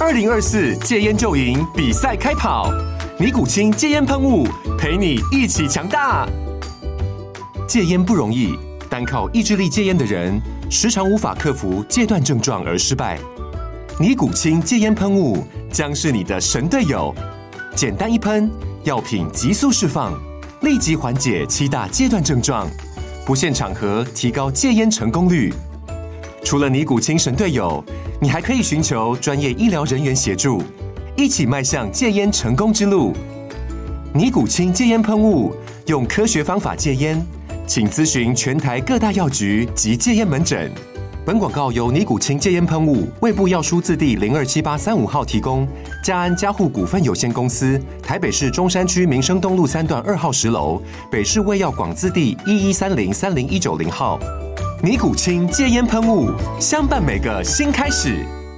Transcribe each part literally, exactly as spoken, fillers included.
二零二四戒烟就赢比赛开跑，尼古清戒烟喷雾陪你一起强大。戒烟不容易，单靠意志力戒烟的人，时常无法克服戒断症状而失败。尼古清戒烟喷雾将是你的神队友，简单一喷，药品急速释放，立即缓解七大戒断症状，不限场合提高戒烟成功率。除了尼古清神队友，你还可以寻求专业医疗人员协助，一起迈向戒烟成功之路。尼古清戒烟喷雾，用科学方法戒烟，请咨询全台各大药局及戒烟门诊。本广告由尼古清戒烟喷雾、卫部药书字第零二七八三五号提供。嘉安嘉护股份有限公司，台北市中山区民生东路三段二号十楼，北市卫药广字第一一三零三零一九零号。尼古清戒烟喷雾，相伴每个新开始。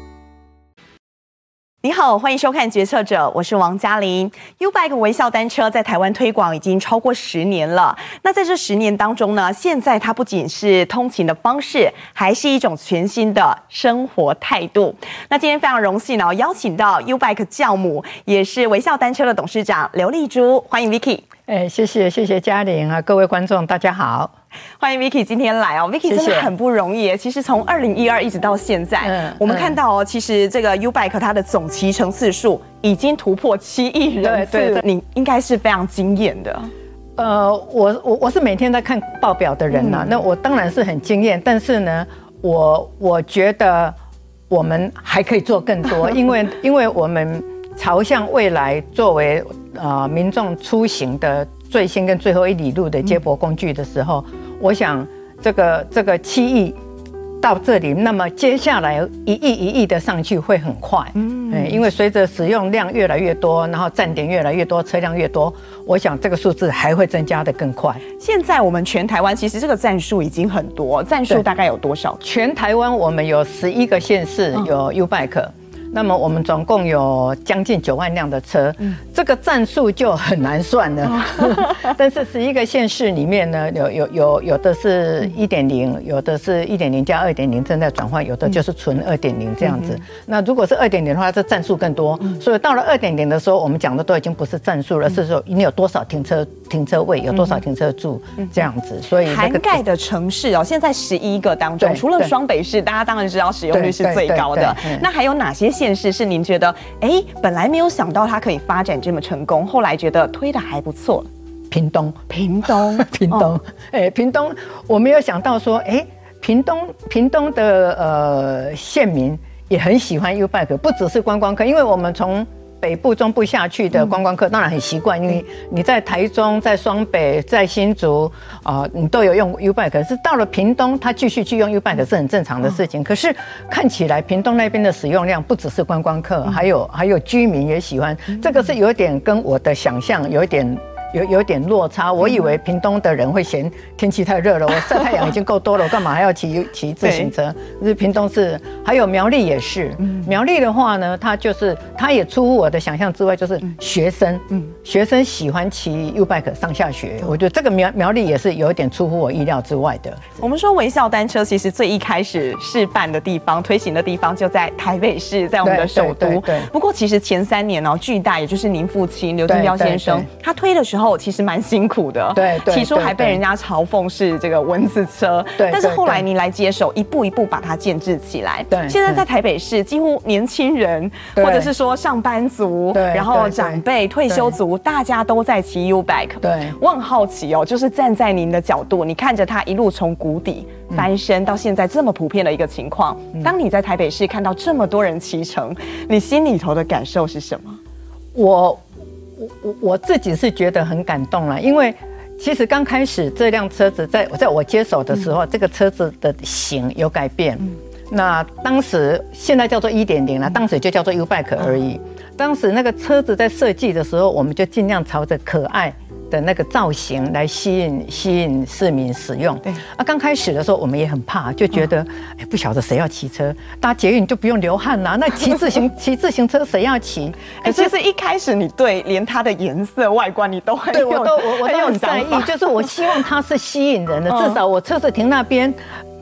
你好，欢迎收看《决策者》，我是王嘉玲。U-Bike 微笑单车在台湾推广已经超过十年了。那在这十年当中呢，现在它不仅是通勤的方式，还是一种全新的生活态度。那今天非常荣幸呢，邀请到 U-Bike 教母，也是微笑单车的董事长刘丽珠，欢迎 Vicky。 哎，谢谢谢谢嘉玲啊，各位观众大家好。 欢迎 Vicky 今天来哦 ，Vicky 真的很不容易耶。其实从二零一二一直到现在，嗯、我们看到哦，其实这个 U-Bike 它的总骑乘次数已经突破七亿人次，对对对，你应该是非常惊艳的。 呃，我我我是每天在看报表的人呐、啊，嗯、那我当然是很惊艳，但是呢，我我觉得我们还可以做更多，因为因为我们朝向未来作为呃民众出行的最新跟最后一里路的接驳工具的时候。嗯，我想这个这个七亿到这里，那么接下来一亿一亿的上去会很快，嗯，因为随着使用量越来越多，然后站点越来越多，车辆越多，我想这个数字还会增加的更快。 现在我们全台湾其实这个站数已经很多，站数大概有多少？ 全台湾我们有十一个县市有 U-Bike。嗯，那么我们总共有将近九万辆的车，嗯、这个站数就很难算了。哦、但是十一个县市里面呢，有有有有的是一点零，有的是一点零加二点零正在转换，有的就是纯二点零这样子。嗯、那如果是二点零的话，这站数更多。嗯、所以到了二点零的时候，我们讲的都已经不是站数了，嗯、是说你有多少停车停车位，有多少停车柱、嗯、这样子。所以、那个、 涵盖的城市哦，现在十一个当中，除了双北市，大家当然知道使用率是最高的。那还有哪些县市是您觉得，哎，本来没有想到它可以发展这么成功，后来觉得推的还不错？ 屏东， 屏东， 屏东，哎、哦，屏东，我没有想到说，哎，屏东，屏东的呃县民也很喜欢 U-Bike， 不只是观光客，因为我们从北部、中部下去的观光客当然很习惯，因为你在台中、在双北、在新竹啊、呃，你都有用 U-Bike。可是到了屏东，他继续去用 U-Bike 是很正常的事情。可是看起来屏东那边的使用量不只是观光客，还有还有居民也喜欢。这个是有点跟我的想象有一点。有有点落差，我以为屏东的人会嫌天气太热了，我晒太阳已经够多了，我干嘛还要骑骑自行车？就是屏东是，还有苗栗也是。嗯、苗栗的话呢，它就是它也出乎我的想象之外，就是学生，嗯、学生喜欢骑 U-Bike 上下学，我觉得这个苗苗栗也是有一点出乎我意料之外的。 我们说微笑单车其实最一开始试办的地方、推行的地方就在台北市，在我们的首都。对对对对，不过其实前三年哦，巨大也就是您父亲刘金彪先生，他推的时候。其实蛮辛苦的， 对， 起初还被人家嘲讽是这个蚊子车，对，但是后来你来接手，一步一步把它建制起来。对，现在在台北市，几乎年轻人或者是说上班族，然后长辈、退休族，大家都在骑 U-Bike。对，我很好奇哦，就是站在您的角度，你看着它一路从谷底翻身到现在这么普遍的一个情况，当你在台北市看到这么多人骑乘，你心里头的感受是什么？ 我。我我自己是觉得很感动了，因为其实刚开始这辆车子在在我接手的时候，嗯、这个车子的型有改变。嗯、那当时现在叫做一点零了，当时就叫做 U-Bike 而已。嗯、当时那个车子在设计的时候，我们就尽量朝着可爱的那个造型来吸引吸引市民使用。对啊，刚开始的时候我们也很怕，就觉得哎、嗯，不晓得谁要骑车，搭捷运就不用流汗啦、啊。那骑自行骑自行车谁要骑？ 可是其实一开始你对连它的颜色、外观你都很有， 对我都我我都很在意，就是我希望它是吸引人的，至少我车子停那边。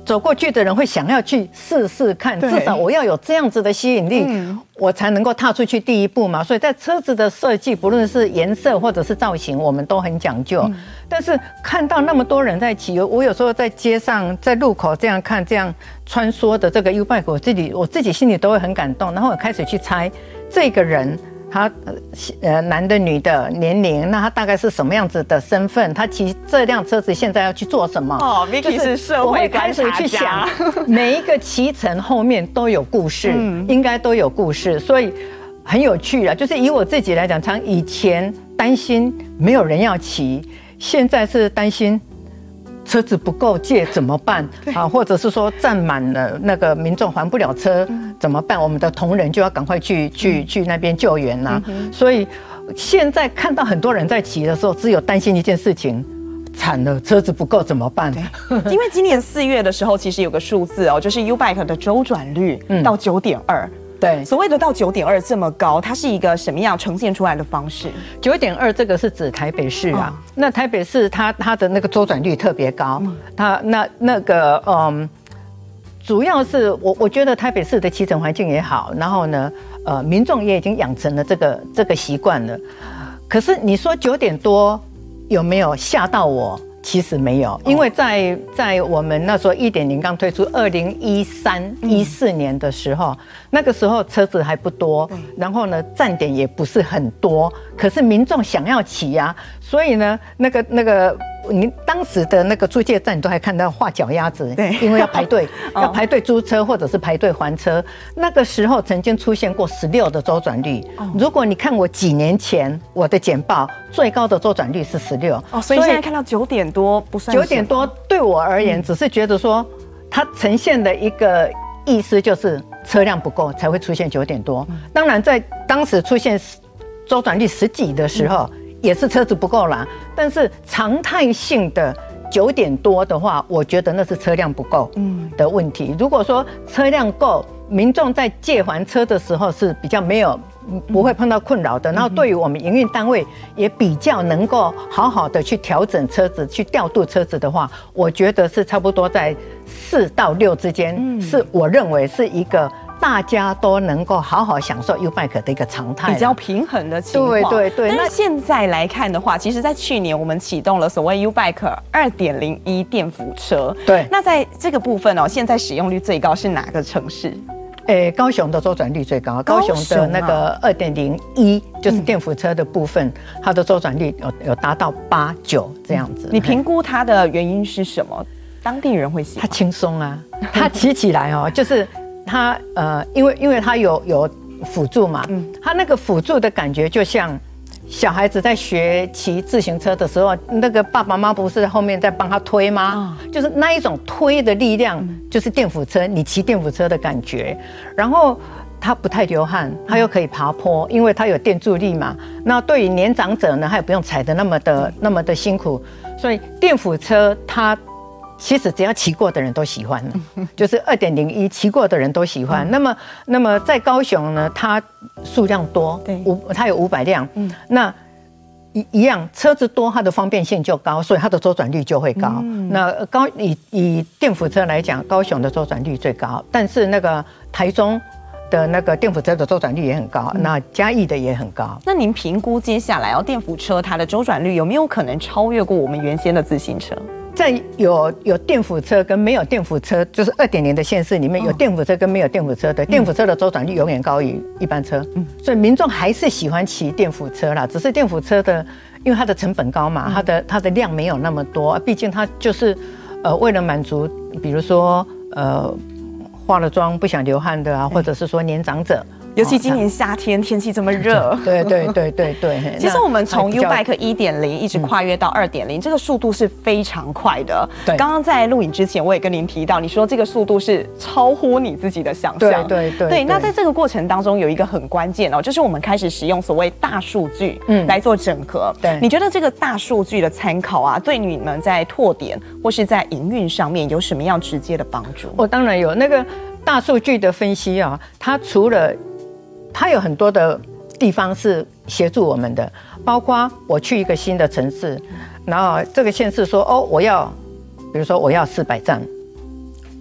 走过去的人会想要去试试看，至少我要有这样子的吸引力，嗯、我才能够踏出去第一步嘛。所以在车子的设计，不论是颜色或者是造型，我们都很讲究。嗯、但是看到那么多人在骑，我有时候在街上、在路口这样看、这样穿梭的这个 U-Bike， 我自己我自己心里都会很感动。然后我开始去猜这个人。他呃男的女的年龄，那他大概是什么样子的身份？他骑这辆车子现在要去做什么？ 哦 ，Vicky 是社会观察家。我会开始去想， 每一个骑乘后面都有故事，嗯、应该都有故事，所以很有趣啊。就是以我自己来讲，常以前担心没有人要骑，现在是担心。车子不够借怎么办啊？或者是说站满了那个民众还不了车怎么办？我们的同仁就要赶快去去去那边救援啦。所以现在看到很多人在骑的时候，只有担心一件事情：惨了，车子不够怎么办？ 因为今年四月的时候，其实有个数字哦，就是 U-Bike 的周转率到九点二。对，所谓的到九点二这么高，它是一个什么样呈现出来的方式？ 九点二这个是指台北市啊，哦、那台北市它它的那个周转率特别高，嗯、它那那个嗯，主要是我我觉得台北市的骑乘环境也好，然后呢，呃，民众也已经养成了这个这个习惯了。可是你说九点多有没有吓到我？其实没有，因为在在我们那时候 一点零 刚推出二零一三、一四年的时候，那个时候车子还不多，然后呢站点也不是很多，可是民众想要骑啊，所以呢那个那个你当时的那个租借站，你都还看到画脚丫子，对，因为要排队，要排队租车或者是排队还车。那个时候曾经出现过十六的周转率。如果你看我几年前我的简报，最高的周转率是十六。 哦，所以现在看到九点多不算。 九点多对我而言，只是觉得说它呈现的一个意思就是车辆不够才会出现九点多。当然，在当时出现周转率十几的时候。也是车子不够啦，但是常态性的九点多的话，我觉得那是车辆不够的问题。如果说车辆够，民众在借还车的时候是比较没有不会碰到困扰的。然后对于我们营运单位也比较能够好好的去调整车子、去调度车子的话，我觉得是差不多在四到六之间，是我认为是一个。大家都能够好好享受 U-Bike 的一个常态， 比较平衡的情况。 对对对。 那现在来看的话，其实，在去年我们启动了所谓 U-Bike 二点零一电辅车。 对。 那在这个部分哦，现在使用率最高是哪个城市？ 诶，高雄的周转率最高。高雄的那个二点零一就是电辅车的部分，嗯、它的周转率有有达到八九这样子。 你评估它的原因是什么？当地人会喜欢？ 它轻松啊，它骑起来哦，就是。它呃，因为因为它有有辅助嘛，嗯，它那个辅助的感觉就像小孩子在学骑自行车的时候，那个爸爸妈妈不是在后面在帮他推吗？哦、就是那一种推的力量，就是电辅车，你骑电辅车的感觉。然后它不太流汗，它又可以爬坡，因为它有电助力嘛。那对于年长者呢，它也不用踩得那么的那么的辛苦，所以电辅车它。其实只要骑过的人都喜欢了，就是二点零一骑过的人都喜欢。那么，那么在高雄呢，它数量多，五它有五百辆，嗯，那一一样车子多，它的方便性就高，所以它的周转率就会高。嗯、那高以以电辅车来讲，高雄的周转率最高，但是那个台中的那个电辅车的周转率也很高，嗯、那嘉义的也很高。 那您评估接下来哦，电辅车它的周转率有没有可能超越过我们原先的自行车？ 在有有电辅车跟没有电辅车，就是二点零的县市里面，有电辅车跟没有电辅车的，电辅车的周转率永远高于一般车，嗯，所以民众还是喜欢骑电辅车啦。只是电辅车的，因为它的成本高嘛，它的它的量没有那么多，毕竟它就是呃为了满足，比如说呃化了妆不想流汗的啊，或者是说年长者。 尤其今年夏天天气这么热， 对对对对对。 其实我们从 U-Bike 一点零一直跨越到二点零，这个速度是非常快的。对，刚刚在录影之前，我也跟您提到，你说这个速度是超乎你自己的想象。 对对对。 对，那在这个过程当中有一个很关键哦，就是我们开始使用所谓大数据来做整合。对，你觉得这个大数据的参考啊，对你们在拓点或是在营运上面有什么样直接的帮助？ 我当然有那个大数据的分析啊，它除了它有很多的地方是协助我们的，包括我去一个新的城市，然后这个县市说哦，我要，比如说我要四百站，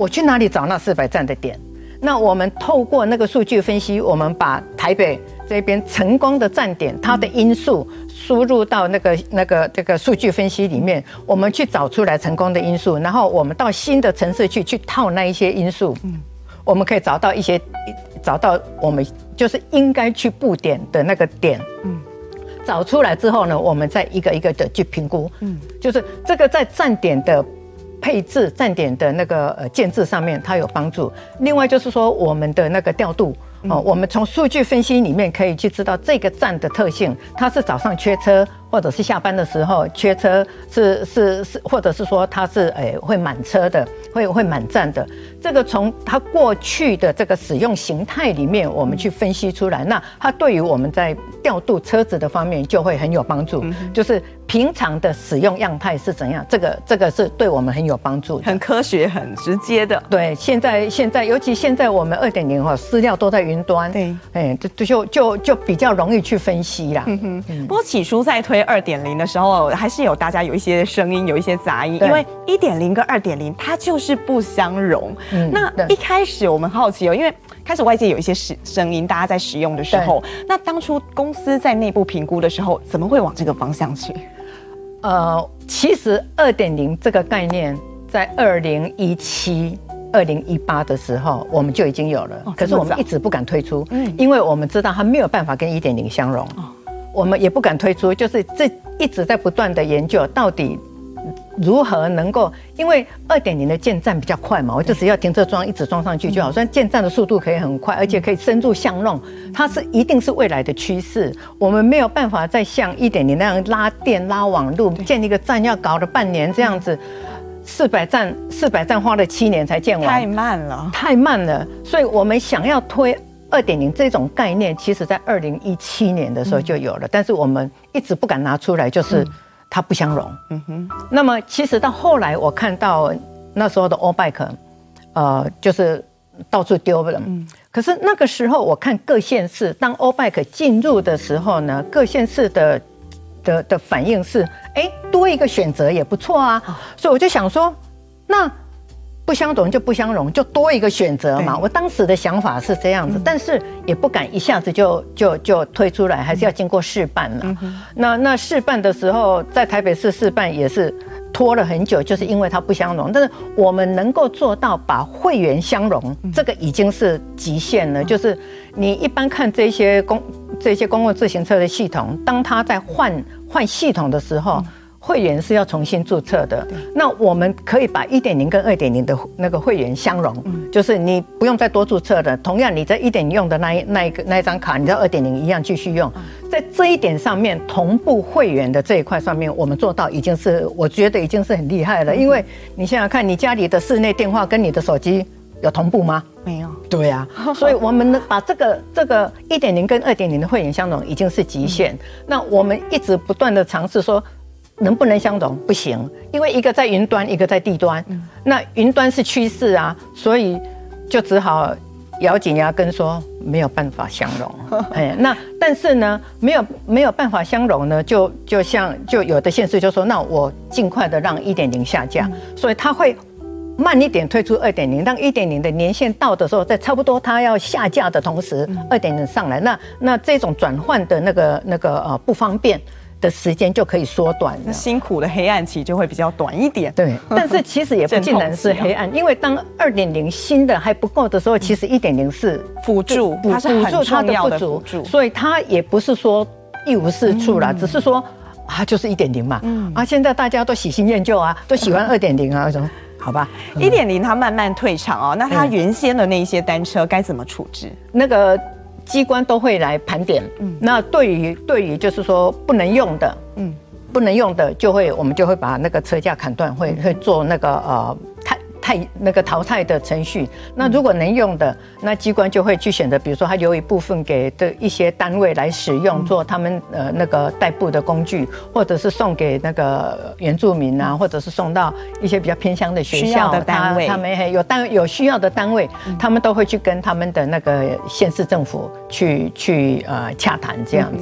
我去哪里找那四百站的点？那我们透过那个数据分析，我们把台北这边成功的站点，它的因素输入到那个那个这个数据分析里面，我们去找出来成功的因素，然后我们到新的城市去去套那一些因素，嗯，我们可以找到一些找到我们就是应该去布点的那个点，嗯，找出来之后呢，我们再一个一个的去评估，嗯，就是这个在站点的配置、站点的那个呃建制上面，它有帮助。另外就是说，我们的那个调度哦，我们从数据分析里面可以去知道这个站的特性，它是早上缺车，或者是下班的时候缺车，是是是，或者是说它是诶会满车的，会会满站的。这个从它过去的这个使用形态里面，我们去分析出来，那它对于我们在调度车子的方面就会很有帮助，就是平常的使用样态是怎样，这个这个是对我们很有帮助的， 很科学、很直接的。 对，现在现在尤其现在我们 二点零 哈，资料都在云端，对，哎，就就就就比较容易去分析啦。嗯哼， 嗯、不过起初在推二点零的时候，还是有大家有一些声音，有一些杂音，因为一点零跟二点零它就是不相容。嗯，那一开始我们好奇哦，因为开始外界有一些声音，大家在使用的时候，那当初公司在内部评估的时候，怎么会往这个方向去？ 呃，其实二点零这个概念在二零一七、二零一八的时候我们就已经有了，哦、可是我们一直不敢推出，嗯，因为我们知道它没有办法跟一点零相容，哦、我们也不敢推出，就是这一直在不断的研究到底如何能够，因为二点零的建站比较快嘛，我就只要停车桩一直装上去就好，虽然建站的速度可以很快，而且可以深入巷弄，它是一定是未来的趋势。我们没有办法再像一点零那样拉电拉网路，建一个站要搞了半年这样子，四百站四百站花了七年才建完， 太慢了， 太慢了。所以我们想要推二点零这种概念，其实在二零一七年的时候就有了，嗯、但是我们一直不敢拿出来，就是。嗯它不相容，嗯哼。那么其实到后来，我看到那时候的 All Bike， 呃，就是到处丢了。嗯。可是那个时候，我看各县市当 All Bike 进入的时候呢，各县市的的的反应是，哎，多一个选择也不错啊。哦、所以我就想说，那不相容就不相容，就多一个选择嘛。我当时的想法是这样子，嗯、但是也不敢一下子就就就推出来，还是要经过试办了。嗯、那那试办的时候，在台北市试办也是拖了很久，就是因为它不相容。但是我们能够做到把会员相容，嗯、这个已经是极限了。嗯、就是你一般看这些公这些公共自行车的系统，当它在换换系统的时候。嗯会员是要重新注册的，那我们可以把一点零跟二点零的那个会员相容，嗯、就是你不用再多注册的，同样你在一点零用的那一那一个那一张卡，你在二点零一样继续用，嗯、在这一点上面同步会员的这一块上面，我们做到已经是我觉得已经是很厉害了，嗯、因为你想想看，你家里的室内电话跟你的手机有同步吗？ 没有。 对啊，所以我们把这个这个一点零跟二点零的会员相容已经是极限，嗯、那我们一直不断的尝试说。能不能相容？不行，因为一个在云端，一个在地端。嗯、那云端是趋势啊，所以就只好咬紧牙根说没有办法相容。哎，那但是呢，没有没有办法相容呢，就就像就有的县市就说，那我尽快的让一点零下架，嗯、所以它会慢一点推出二点零，让一点零的年限到的时候，在差不多它要下架的同时，二点零上来。那那这种转换的那个那个呃不方便。的时间就可以缩短了， 那辛苦的黑暗期就会比较短一点。 对，但是其实也不尽然是黑暗，因为当二点零新的还不够的时候，其实一点零是辅助，它是很重要的辅助， 所以它也不是说一无是处啦，嗯、只是说啊，就是一点零嘛，嗯、啊，现在大家都喜新厌旧啊，都喜欢二点零啊，什么？好吧， 一点零它慢慢退场哦，那它原先的那一些单车该怎么处置？ 那个。机关都会来盘点，嗯，那对于对于就是说不能用的，嗯，不能用的就会我们就会把那个车架砍断，会会做那个呃汰汰那个淘汰的程序。那如果能用的，那机关就会去选择，比如说它留一部分给的一些单位来使用，做他们呃那个代步的工具，或者是送给那个原住民啊，或者是送到一些比较偏乡的学校的单位， 他们有单有需要的单位，他们都会去跟他们的那个县市政府去去呃洽谈这样子。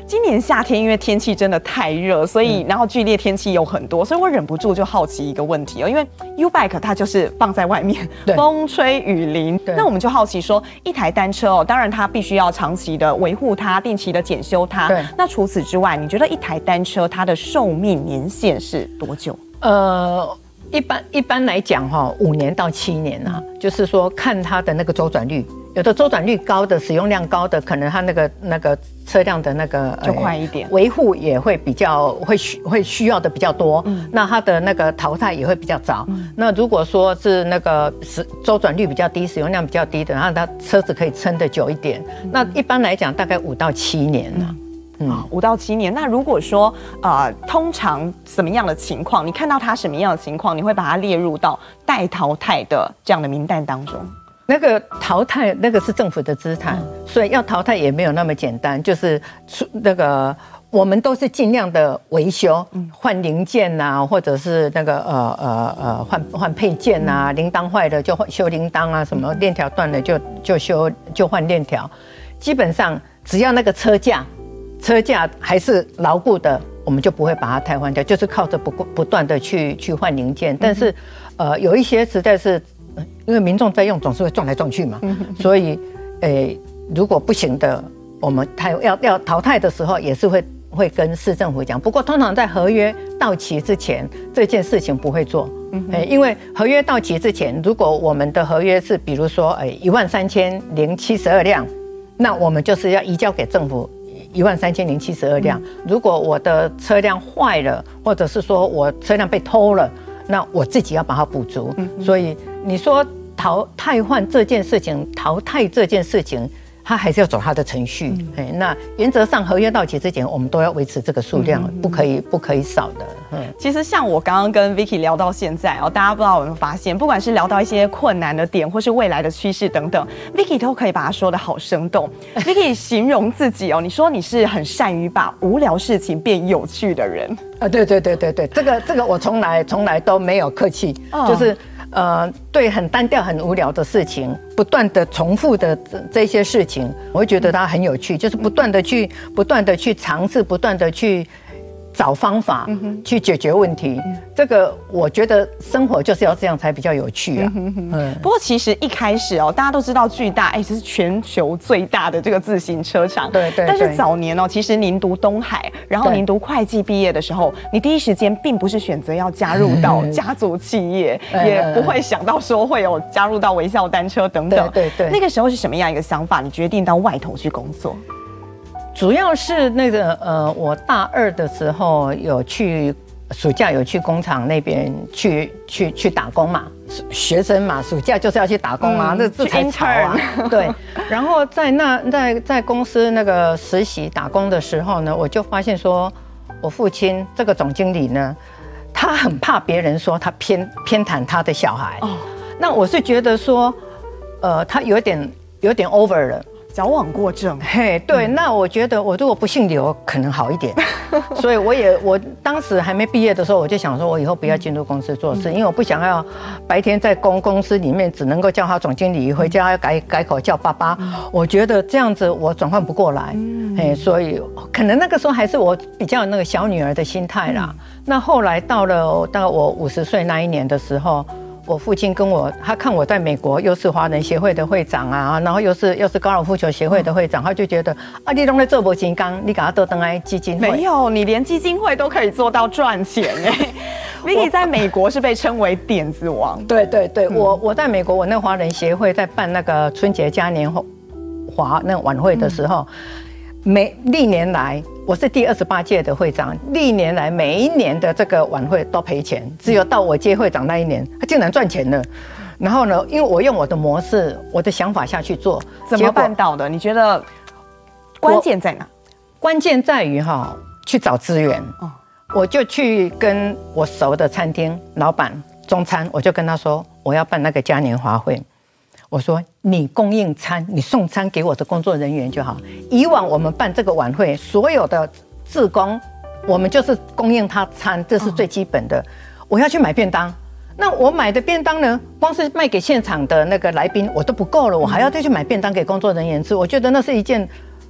今年夏天因为天气真的太热，所以然后剧烈天气有很多，所以我忍不住就好奇一个问题哦，因为 U-Bike 它就是放在外面，风吹雨淋，那我们就好奇说，一台单车哦，当然它必须要长期的维护它，定期的检修它。那除此之外，你觉得一台单车它的寿命年限是多久？呃。 一般一般来讲哈，五年到七年啊，就是说看它的那个周转率，有的周转率高的、使用量高的，可能它那个那个车辆的那个就快一点， 维护也会比较会需会需要的比较多，嗯，那它的那个淘汰也会比较早。嗯，那如果说是那个使周转率比较低、使用量比较低的，然后它车子可以撑得久一点，嗯，那一般来讲大概五到七年了。嗯嗯，五到七年。那如果说呃，通常什么样的情况，你看到它什么样的情况，你会把它列入到待淘汰的这样的名单当中？ 那个淘汰，那个是政府的资产，嗯，所以要淘汰也没有那么简单。就是那个我们都是尽量的维修，换零件啊，或者是那个呃呃呃换换配件啊，铃铛坏了就修铃铛啊，什么链条断了就就修就换链条。基本上只要那个车架。车架还是牢固的，我们就不会把它汰换掉，就是靠着不不断的去去换零件。但是，呃，有一些实在是因为民众在用，总是会撞来撞去嘛，所以，诶，如果不行的，我们汰要要淘汰的时候，也是会会跟市政府讲。不过，通常在合约到期之前，这件事情不会做，诶，因为合约到期之前，如果我们的合约是比如说，诶，一万三千零七十二辆，那我们就是要移交给政府。一万三千零七十二辆。如果我的车辆坏了，或者是说我车辆被偷了，那我自己要把它补足。所以你说淘汰换这件事情，淘汰这件事情，它还是要走它的程序。嗯，那原则上合约到期之前，我们都要维持这个数量，不可以不可以少的。嗯， 其实像我刚刚跟 Vicky 聊到现在哦，大家不知道有没有发现，不管是聊到一些困难的点，或是未来的趋势等等 ，Vicky 都可以把它说得好生动。Vicky 形容自己哦，你说你是很善于把无聊事情变有趣的人啊，对对对对对，这个这个我从来从来都没有客气，哦，就是。呃，对很单调、很无聊的事情，不断的重复的这些事情，我会觉得它很有趣，就是不断的去、不断的去尝试，不断的去找方法去解决问题。嗯，这个我觉得生活就是要这样才比较有趣啊。 嗯，不过其实一开始哦，大家都知道巨大，哎，这是全球最大的这个自行车厂。 对 对, 对。 但是早年哦，其实您读东海，然后您读会计毕业的时候，你第一时间并不是选择要加入到家族企业，也不会想到说会有加入到微笑单车等等。 对 对, 对。 那个时候是什么样一个想法？你决定到外头去工作？ 主要是那个呃，我大二的时候有去暑假有去工厂那边去去去打工嘛，学生嘛，暑假就是要去打工啊，那这才潮啊。对，然后在那在在公司那个实习打工的时候呢，我就发现说，我父亲这个总经理呢，他很怕别人说他偏偏袒他的小孩。哦，那我是觉得说，呃，他有点有点 over 了。 矫枉过正， 嘿，对，嗯，那我觉得我如果不姓刘可能好一点，所以我也我当时还没毕业的时候，我就想说，我以后不要进入公司做事，嗯，因为我不想要白天在公公司里面只能够叫他总经理，回家要改改口叫爸爸，嗯，我觉得这样子我转换不过来，嗯，哎，所以可能那个时候还是我比较那个小女儿的心态啦。嗯，那后来到了大概我五十岁那一年的时候。我父亲跟我，他看我在美国又是华人协会的会长啊，然后又是又是高尔夫球协会的会长，他就觉得啊，你都在做不金刚，你给他都登来基金会。 没有，你连基金会都可以做到赚钱哎。Vicky 在美国是被称为点子王。 对对对，我我在美国，我那华人协会在办那个春节嘉年华那晚会的时候，每历年来。我是第二十八届的会长，历年来每一年的这个晚会都赔钱，只有到我接会长那一年，他竟然赚钱了。然后呢，因为我用我的模式、我的想法下去做， 怎么办到的？你觉得关键在哪？ 关键在于哈，去找资源。哦，我就去跟我熟的餐厅老板中餐，我就跟他说，我要办那个嘉年华会。我说你供应餐，你送餐给我的工作人员就好。以往我们办这个晚会，所有的志工，我们就是供应他餐，这是最基本的。我要去买便当，那我买的便当呢，光是卖给现场的那个来宾我都不够了，我还要再去买便当给工作人员吃。我觉得那是一件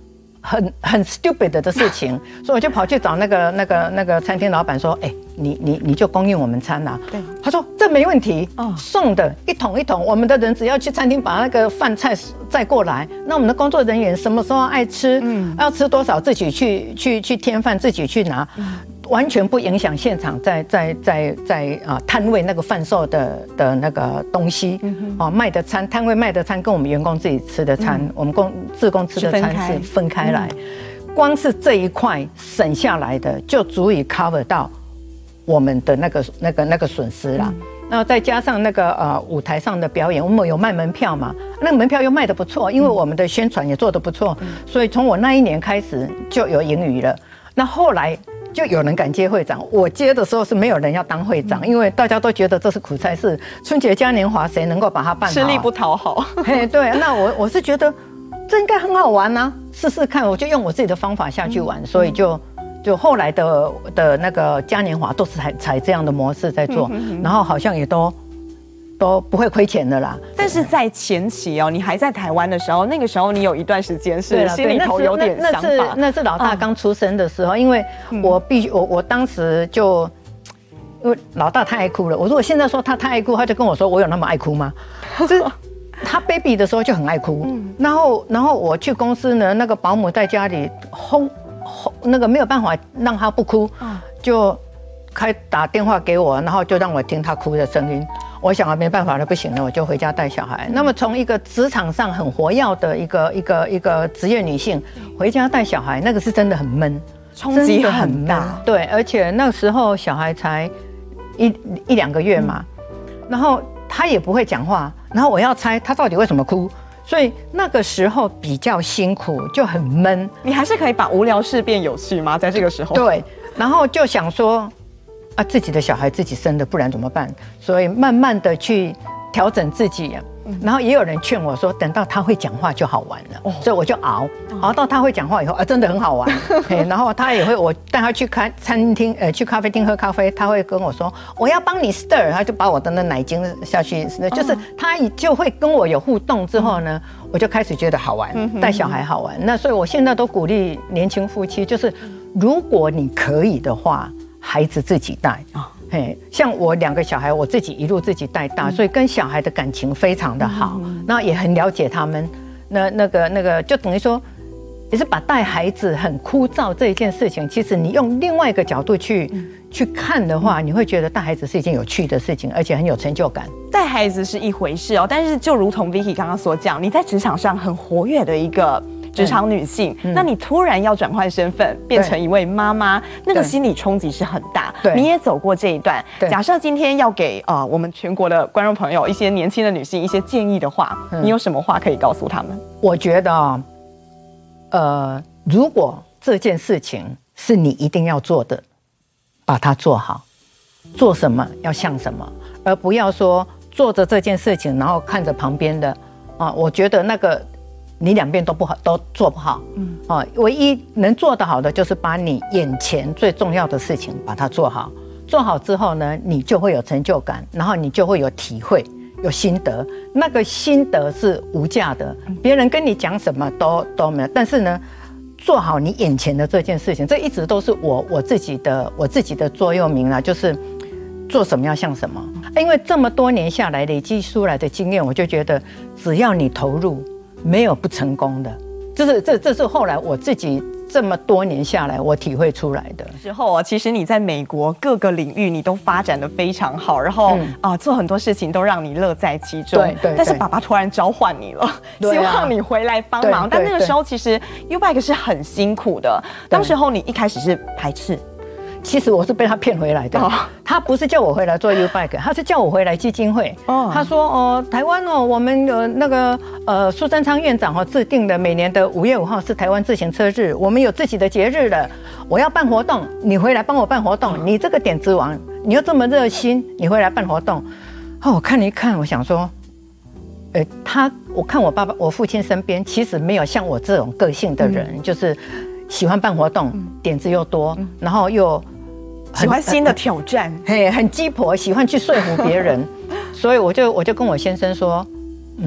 很很 stupid 的事情，所以我就跑去找那个那个那个餐厅老板说，哎、欸，你你你就供应我们餐啊？对，他说这没问题，哦、送的一桶一桶，我们的人只要去餐厅把那个饭菜载过来，那我们的工作人员什么时候爱吃，嗯，要吃多少自己去去去添饭，自己去拿。嗯，完全不影响现场在在在在啊摊位那个贩售的的那个东西，哦、卖的餐摊位卖的餐跟我们员工自己吃的餐，嗯、我们工志工吃的餐是分开来，嗯、光是这一块省下来的就足以 cover 到我们的那个那个那个损失啦。嗯，然后再加上那个呃舞台上的表演，我们有卖门票嘛，那个门票又卖得不错，因为我们的宣传也做得不错，嗯、所以从我那一年开始就有盈余了。那后来就有人敢接会长，我接的时候是没有人要当会长，因为大家都觉得这是苦差事，春节嘉年华谁能够把它办好、啊？ 吃力不讨好。 嘿，对，那我我是觉得这应该很好玩啊，试试看，我就用我自己的方法下去玩，嗯、所以就就后来的的那个嘉年华都是采采这样的模式在做，嗯、然后好像也都。都不会亏钱的啦。 但是在前期哦，你还在台湾的时候，那个时候你有一段时间是心里头有点想法。 那是那是老大刚出生的时候，因为我必须我我当时就因为老大太爱哭了。我如果现在说他太爱哭，他就跟我说我有那么爱哭吗？就是他 baby 的时候就很爱哭，然后然后我去公司呢，那个保姆在家里轰轰那个没有办法让他不哭，就开打电话给我，然后就让我听他哭的声音。我想啊，没办法了，不行了，我就回家带小孩。那么从一个职场上很活跃的一个一个一个职业女性，回家带小孩，那个是真的很闷， 冲击很大。 对，而且那时候小孩才一一两个月嘛，然后他也不会讲话，然后我要猜他到底为什么哭，所以那个时候比较辛苦，就很闷。 你还是可以把无聊事变有趣吗？在这个时候？ 对，然后就想说。啊，自己的小孩自己生的，不然怎么办？所以慢慢的去调整自己、啊，然后也有人劝我说，等到他会讲话就好玩了。哦、所以我就熬，熬到他会讲话以后，啊，真的很好玩。然后他也会，我带他去开餐厅，呃，去咖啡厅喝咖啡，他会跟我说，我要帮你 stir， 他就把我的那奶精下去，就是他就会跟我有互动之后呢，我就开始觉得好玩，带小孩好玩。那所以我现在都鼓励年轻夫妻，就是如果你可以的话。孩子自己带啊，嘿，像我两个小孩，我自己一路自己带大，所以跟小孩的感情非常的好，那也很了解他们。那那个那个，就等于说，也是把带孩子很枯燥这一件事情，其实你用另外一个角度去去看的话，你会觉得带孩子是一件有趣的事情，而且很有成就感。 带孩子是一回事哦，但是就如同 Vicky 刚刚所讲，你在职场上很活跃的一个。职场女性，嗯、那你突然要转换身份，变成一位妈妈，那个心理冲击是很大。你也走过这一段。假设今天要给呃我们全国的观众朋友一些年轻的女性一些建议的话，嗯、你有什么话可以告诉他们？ 我觉得，呃，如果这件事情是你一定要做的，把它做好，做什么要像什么，而不要说做着这件事情，然后看着旁边的啊，我觉得那个。你两边都不好，都做不好，嗯，啊，唯一能做得好的就是把你眼前最重要的事情把它做好。做好之后呢，你就会有成就感，然后你就会有体会，有心得。那个心得是无价的，别人跟你讲什么都都没有。但是呢，做好你眼前的这件事情，这一直都是我我自己的我自己的座右铭啦，就是做什么要像什么。因为这么多年下来累积出来的经验，我就觉得只要你投入。没有不成功的，就是这这是后来我自己这么多年下来我体会出来的。 之后啊，其实你在美国各个领域你都发展得非常好，然后、嗯、啊做很多事情都让你乐在其中。对 对, 对。但是爸爸突然召唤你了，啊、希望你回来帮忙。但那个时候其实 U-Bike 是很辛苦的，当时候你一开始是排斥。 其实我是被他骗回来的，哦、他不是叫我回来做 U-Bike， 他是叫我回来基金会。哦、他说哦，台湾哦，我们有那个呃苏贞昌院长哦制定的每年的五月五号是台湾自行车日，我们有自己的节日了，我要办活动，你回来帮我办活动，你这个点子王，你又这么热心，你回来办活动。哦，我看了一看，我想说，呃，他我看我爸爸我父亲身边其实没有像我这种个性的人，嗯、就是喜欢办活动，嗯、点子又多，嗯、然后又。 喜欢新的挑战， 嘿，很鸡婆，喜欢去说服别人，所以我就我就跟我先生说，嗯，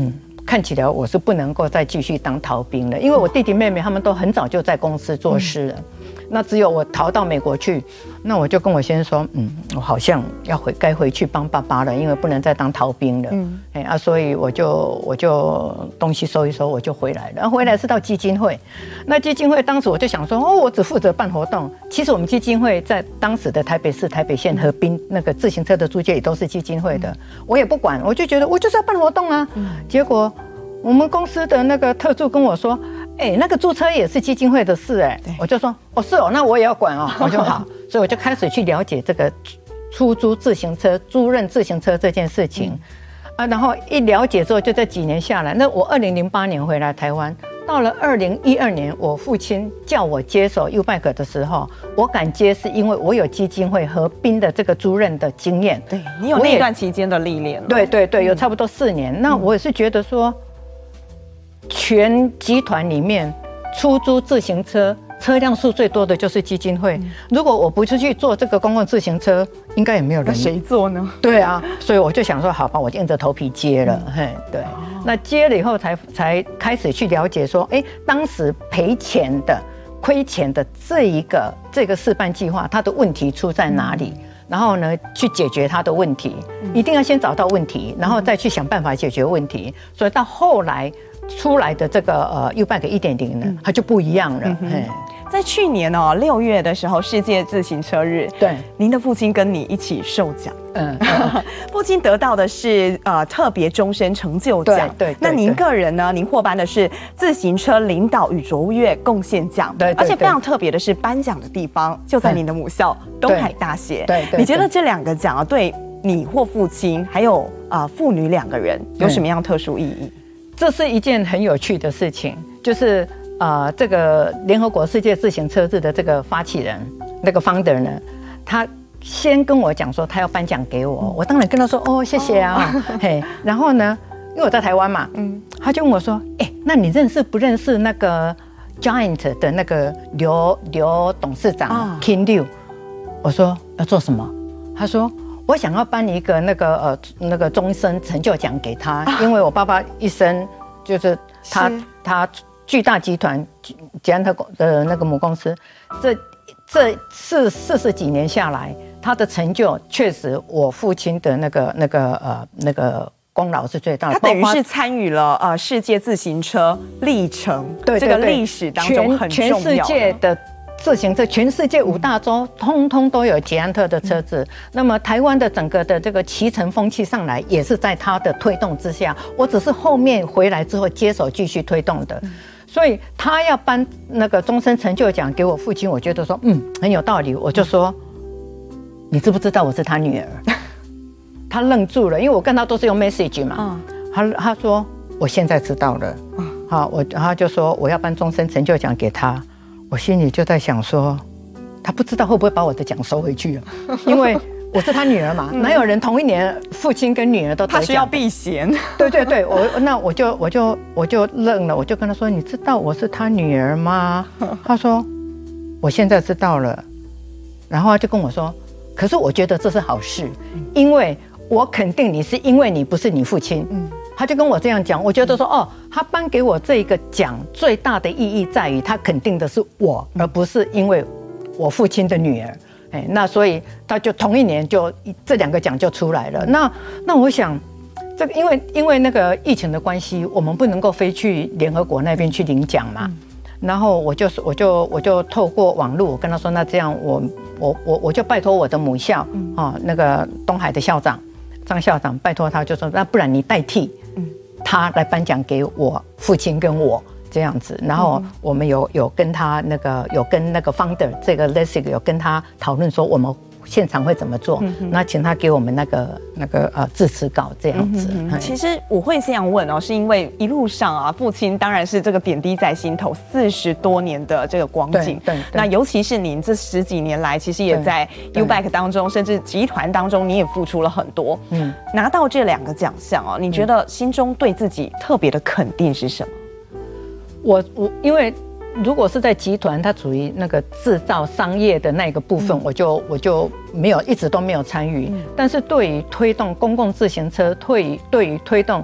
看起来我是不能够再继续当逃兵了，因为我弟弟妹妹他们都很早就在公司做事了。嗯，那只有我逃到美国去，那我就跟我先生说，嗯，我好像要回该回去帮爸爸了，因为不能再当逃兵了。嗯，哎啊，所以我就我就东西收一收，我就回来了。然后回来是到基金会，那基金会当时我就想说，哦，我只负责办活动。其实我们基金会在当时的台北市、台北县河滨那个自行车的租借也都是基金会的，我也不管，我就觉得我就是要办活动啊。结果我们公司的那个特助跟我说，哎、欸，那个租车也是基金会的事。哎、欸，我就说哦是哦，那我也要管哦，我就好，所以我就开始去了解这个出租自行车、租赁自行车这件事情、嗯、啊，然后一了解之后，就这几年下来，那我二零零八年回来台湾，到了二零一二年，我父亲叫我接手 U-Bike 的时候，我敢接是因为我有基金会合并的这个租赁的经验， 对你有那段期间的历练， 对对对，有差不多四年、嗯。那我也是觉得说。全集团里面，出租自行车车辆数最多的就是基金会。嗯、如果我不是去做这个公共自行车，应该也没有人。 谁做呢？ 对啊，所以我就想说，好吧，我硬着头皮接了。嗯、嘿，对。哦、那接了以后才，才才开始去了解说，哎，当时赔钱的、亏钱的这一个这个示范计划，它的问题出在哪里？嗯、然后呢，去解决它的问题，嗯、一定要先找到问题，然后再去想办法解决问题。所以到后来。出来的这个呃 U-Bike 一点零呢，它就不一样了。嗯、 在去年哦六月的时候，世界自行车日， 对， 您的父亲跟你一起受奖。嗯，嗯父亲得到的是呃特别终身成就奖。 对， 对， 对， 那您个人呢？您获颁的是自行车领导与卓越贡献奖。对， 对， 对，而且非常特别的是，颁奖的地方就在您的母校东海大学。对， 对， 对，你觉得这两个奖啊，对你或父亲还有啊、呃、父女两个人有什么样特殊意义？ 这是一件很有趣的事情，就是呃，这个联合国世界自行车日的这个发起人，那个 founder 呢，他先跟我讲说他要颁奖给我，我当然跟他说哦，谢谢啊，嘿，然后呢，因为我在台湾嘛，嗯，他就问我说，哎、欸，那你认识不认识那个 Giant 的那个刘刘董事长 King Liu？ 我说要做什么？他说。我想要颁一个那个呃那个终身成就奖给他，因为我爸爸一生就是他他巨大集团捷安特的那个母公司，这这四四十几年下来，他的成就确实我父亲的那个那个呃那个功劳是最大的。 他等于是参与了呃世界自行车历程对这个历史当中很重要的。 全世界的。自行车，全世界五大洲通通都有捷安特的车子。那么台湾的整个的这个骑乘风气上来，也是在他的推动之下。我只是后面回来之后接手继续推动的。所以他要颁那个终身成就奖给我父亲，我觉得说嗯很有道理。我就说，你知不知道我是他女儿？他愣住了，因为我跟他都是用 message 嘛。他他说我现在知道了。好，我他就说我要颁终身成就奖给他。我心里就在想说，他不知道会不会把我的奖收回去啊？因为我是他女儿嘛，哪有人同一年父亲跟女儿都得奖？ 他需要避嫌。 对对对，我那我就我就我就愣了，我就跟他说：“你知道我是他女儿吗？”他说：“我现在知道了。”然后他就跟我说：“可是我觉得这是好事，因为我肯定你是因为你不是你父亲。”嗯。他就跟我这样讲，我觉得说哦，他颁给我这个奖最大的意义在于，他肯定的是我，而不是因为我父亲的女儿。哎，那所以他就同一年就这两个奖就出来了。那那我想，这个因为因为那个疫情的关系，我们不能够飞去联合国那边去领奖嘛。然后我就我就我就透过网络，我跟他说，那这样我我我我就拜托我的母校啊，那个东海的校长张校长，拜托他就说，那不然你代替。他来颁奖给我父亲跟我这样子，然后我们有有跟他那个有跟那个 founder 这个 Lessig 有跟他讨论说我们现场会怎么做，嗯、那请他给我们那个那个呃致辞稿这样子。 嗯、其实我会这样问哦，是因为一路上啊，父亲当然是这个点滴在心头，四十多年的这个光景。对，那尤其是您这十几年来，其实也在 U-Bike 当中，甚至集团当中，你也付出了很多。嗯，拿到这两个奖项哦，你觉得心中对自己特别的肯定是什么？ 我我因为。如果是在集团，它属于那个制造商业的那个部分，嗯、我就我就没有一直都没有参与。嗯、但是对于推动公共自行车，对于对于推动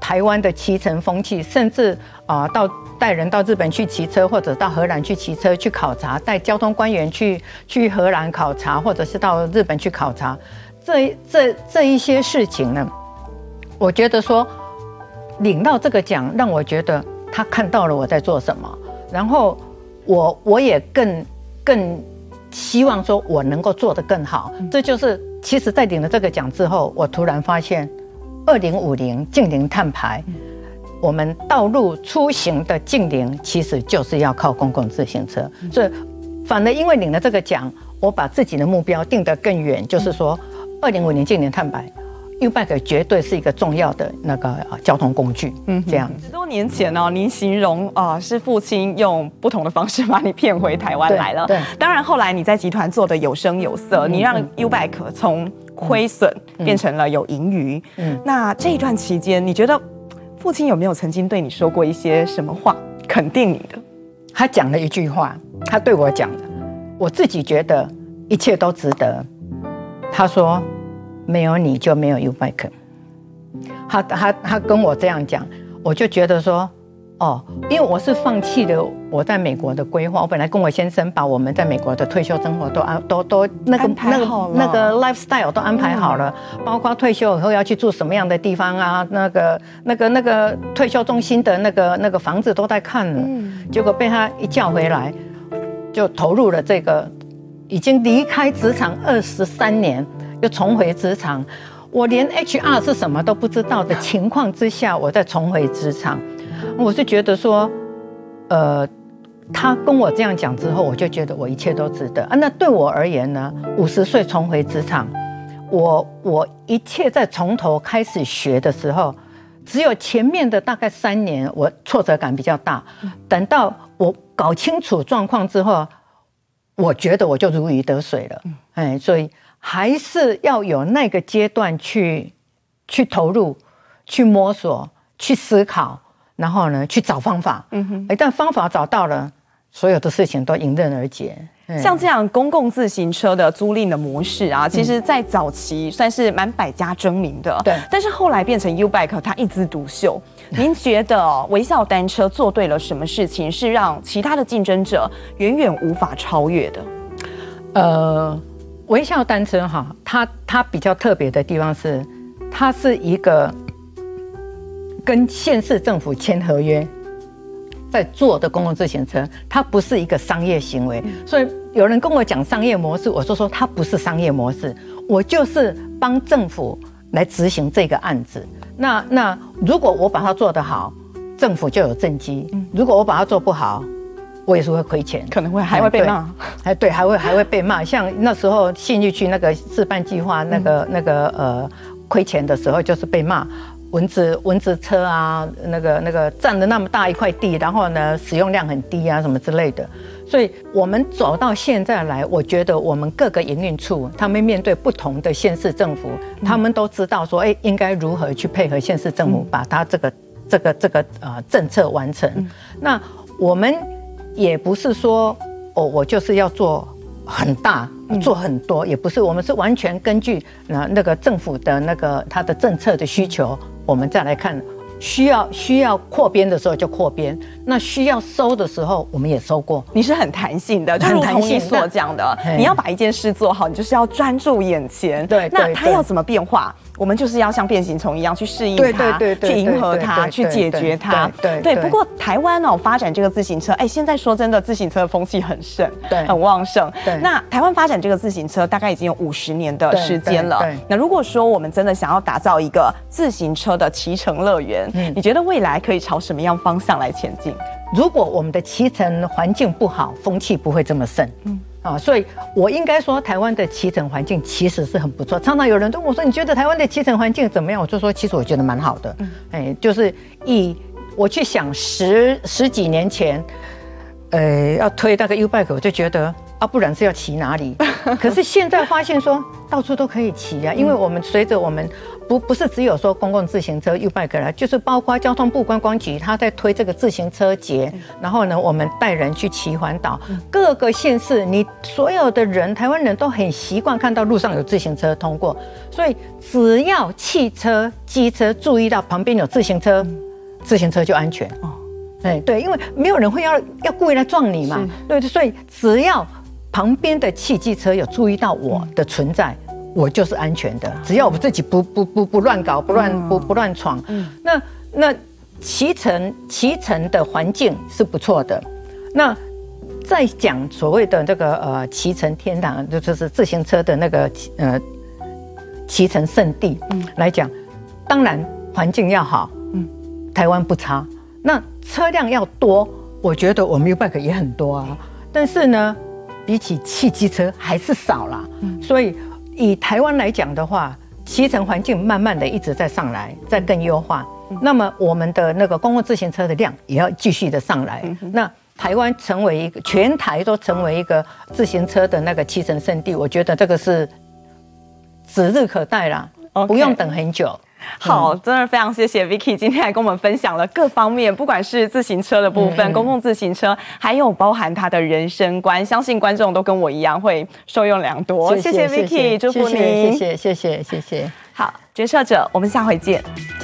台湾的骑乘风气，甚至啊、呃、到带人到日本去骑车，或者到荷兰去骑车去考察，带交通官员去去荷兰考察，或者是到日本去考察，这这这一些事情呢，我觉得说领到这个奖，让我觉得他看到了我在做什么，然后我我也更更希望说我能够做得更好。这就是其实在领了这个奖之后，我突然发现二零五零净零碳排，我们道路出行的净零其实就是要靠公共自行车，所以反而因为领了这个奖，我把自己的目标定得更远，就是说二零五零净零碳排。U-Bike 绝对是一个重要的那个交通工具，嗯，这样子。 十多年前呢，您形容啊、呃、是父亲用不同的方式把你骗回台湾来了。对，当然后来你在集团做的有声有色，嗯、你让 U-Bike 从亏损变成了有盈余。嗯，那这一段期间，你觉得父亲有没有曾经对你说过一些什么话肯定你的？ 他讲了一句话，他对我讲的，我自己觉得一切都值得。他说。没有你就没有 U-Bike， 他他他跟我这样讲，我就觉得说，哦，因为我是放弃了我在美国的规划，我本来跟我先生把我们在美国的退休生活都安都都那个那个那个 lifestyle 都安排好了，嗯、包括退休以后要去住什么样的地方啊，那个那个那个退休中心的那个那个房子都在看了，嗯、结果被他一叫回来，就投入了这个，已经离开职场二十三年。又重回职场，我连 H R 是什么都不知道的情况之下，我再重回职场，我是觉得说，呃，他跟我这样讲之后，我就觉得我一切都值得啊。那对我而言呢，五十岁重回职场，我我一切在从头开始学的时候，只有前面的大概三年，我挫折感比较大，等到我搞清楚状况之后，我觉得我就如鱼得水了，哎，所以。还是要有那个阶段去去投入、去摸索、去思考，然后呢去找方法。嗯哼，一旦方法找到了，所有的事情都迎刃而解。 像这样公共自行车的租赁的模式啊，其实在早期算是蛮百家争鸣的。对，但是后来变成 U-Bike， 它一枝独秀。您觉得、哦、微笑单车做对了什么事情，是让其他的竞争者远远无法超越的？ 呃。微笑单车哈，它它比较特别的地方是，它是一个跟县市政府签合约在做的公共自行车，它不是一个商业行为。所以有人跟我讲商业模式，我说说它不是商业模式，我就是帮政府来执行这个案子。那那如果我把它做得好，政府就有政绩；如果我把它做不好，我也是会亏钱， 可能会还会被骂， 哎，对，还会还会被骂。像那时候信义区那个示范计划，那个、嗯、那个呃亏钱的时候，就是被骂蚊子蚊子车啊，那个那个占了那么大一块地，然后呢使用量很低啊什么之类的。所以我们走到现在来，我觉得我们各个营运处，他们面对不同的县市政府，嗯、他们都知道说，哎，应该如何去配合县市政府，把它这个这个这个呃政策完成。嗯、那我们。也不是说哦，我就是要做很大，做很多，嗯、也不是，我们是完全根据那那个政府的那个它的政策的需求，我们再来看，需要需要扩编的时候就扩编，那需要收的时候我们也收过。 你是很弹性的，就如同你所讲的，你要把一件事做好，你就是要专注眼前。对，那它要怎么变化？我们就是要像变形虫一样去适应它，去迎合它，去解决它。对对。不过台湾哦，发展这个自行车，哎，现在说真的，自行车的风气很盛，对，很旺盛。对。那台湾发展这个自行车大概已经有五十年的时间了。对。那如果说我们真的想要打造一个自行车的骑乘乐园，嗯，你觉得未来可以朝什么样方向来前进？ 如果我们的骑乘环境不好，风气不会这么盛。嗯。啊，所以我应该说，台湾的骑乘环境其实是很不错。常常有人问我说：“你觉得台湾的骑乘环境怎么样？”我就说：“其实我觉得蛮好的。嗯”哎，就是以我去想十十几年前，呃，要推那个 U-Bike， 我就觉得啊，不然是要骑哪里？ 可是现在发现说到处都可以骑啊，因为我们随着我们不不是只有说公共自行车 U-Bike 啦，就是包括交通部观光局他在推这个自行车节，然后呢，我们带人去骑环岛，各个县市你所有的人，台湾人都很习惯看到路上有自行车通过，所以只要汽车、机车注意到旁边有自行车，自行车就安全。哦，对对，因为没有人会要要故意来撞你嘛，对，所以只要旁边的汽机车有注意到我的存在。我就是安全的，只要我自己不不不不乱搞，不乱不不乱闯。那那骑乘骑乘的环境是不错的。那再讲所谓的这个呃骑乘天堂，就是自行车的那个呃骑乘圣地来讲，当然环境要好，台湾不差。那车辆要多，我觉得我们 U-Bike 也很多啊，但是呢，比起汽机车还是少啦。所以。以台湾来讲的话，骑乘环境慢慢的一直在上来，在更优化。那么我们的那个公共自行车的量也要继续的上来。那台湾成为一个全台都成为一个自行车的那个骑乘圣地，我觉得这个是指日可待啦， okay. 不用等很久。 好，真的非常谢谢 Vicky 今天来跟我们分享了各方面，不管是自行车的部分、嗯、公共自行车，还有包含他的人生观，相信观众都跟我一样会受用良多。谢谢 Vicky， 祝福你， 谢谢谢谢谢谢谢谢。 好，决策者，我们下回见。